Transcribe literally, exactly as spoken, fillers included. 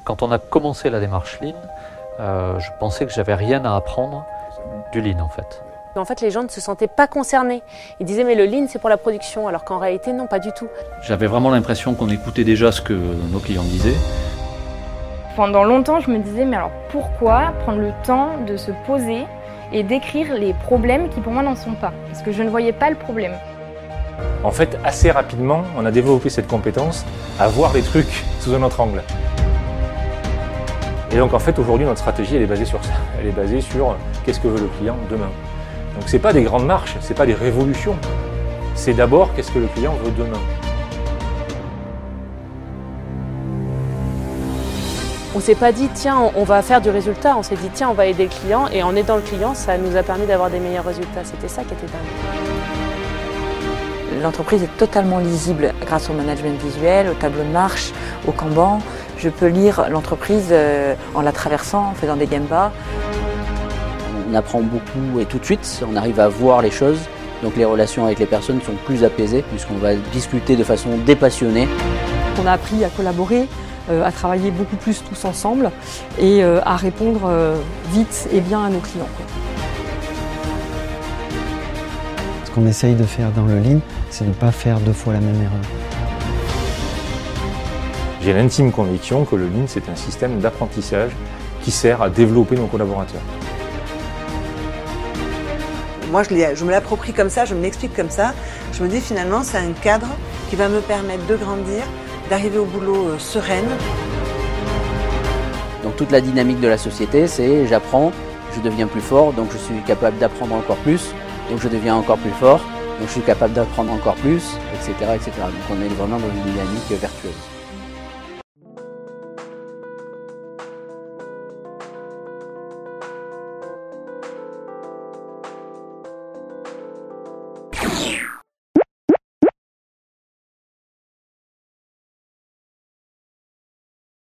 Quand on a commencé la démarche Lean, euh, je pensais que j'avais rien à apprendre du Lean en fait. En fait, les gens ne se sentaient pas concernés. Ils disaient mais le Lean c'est pour la production, alors qu'en réalité non, pas du tout. J'avais vraiment l'impression qu'on écoutait déjà ce que nos clients disaient. Pendant longtemps, je me disais mais alors pourquoi prendre le temps de se poser et d'écrire les problèmes qui pour moi n'en sont pas, parce que je ne voyais pas le problème. En fait, assez rapidement, on a développé cette compétence à voir les trucs sous un autre angle. Et donc en fait, aujourd'hui, notre stratégie, elle est basée sur ça. Elle est basée sur qu'est-ce que veut le client demain. Donc c'est pas des grandes marches, c'est pas des révolutions. C'est d'abord qu'est-ce que le client veut demain. On s'est pas dit tiens on va faire du résultat, on s'est dit tiens on va aider le client, et en aidant le client ça nous a permis d'avoir des meilleurs résultats. C'était ça qui était dingue. L'entreprise est totalement lisible grâce au management visuel, au tableau de marche, au Kanban. Je peux lire l'entreprise en la traversant, en faisant des gemba. On apprend beaucoup et tout de suite, on arrive à voir les choses. Donc les relations avec les personnes sont plus apaisées puisqu'on va discuter de façon dépassionnée. On a appris à collaborer, à travailler beaucoup plus tous ensemble et à répondre vite et bien à nos clients. Ce qu'on essaye de faire dans le Lean, c'est de ne pas faire deux fois la même erreur. J'ai l'intime conviction que le Lean, c'est un système d'apprentissage qui sert à développer nos collaborateurs. Moi, je, je me l'approprie comme ça, je me l'explique comme ça. Je me dis finalement, c'est un cadre qui va me permettre de grandir, d'arriver au boulot euh, sereine. Donc toute la dynamique de la société, c'est j'apprends, je deviens plus fort, donc je suis capable d'apprendre encore plus, donc je deviens encore plus fort, donc je suis capable d'apprendre encore plus, et cetera, et cetera. Donc on est vraiment dans une dynamique vertueuse.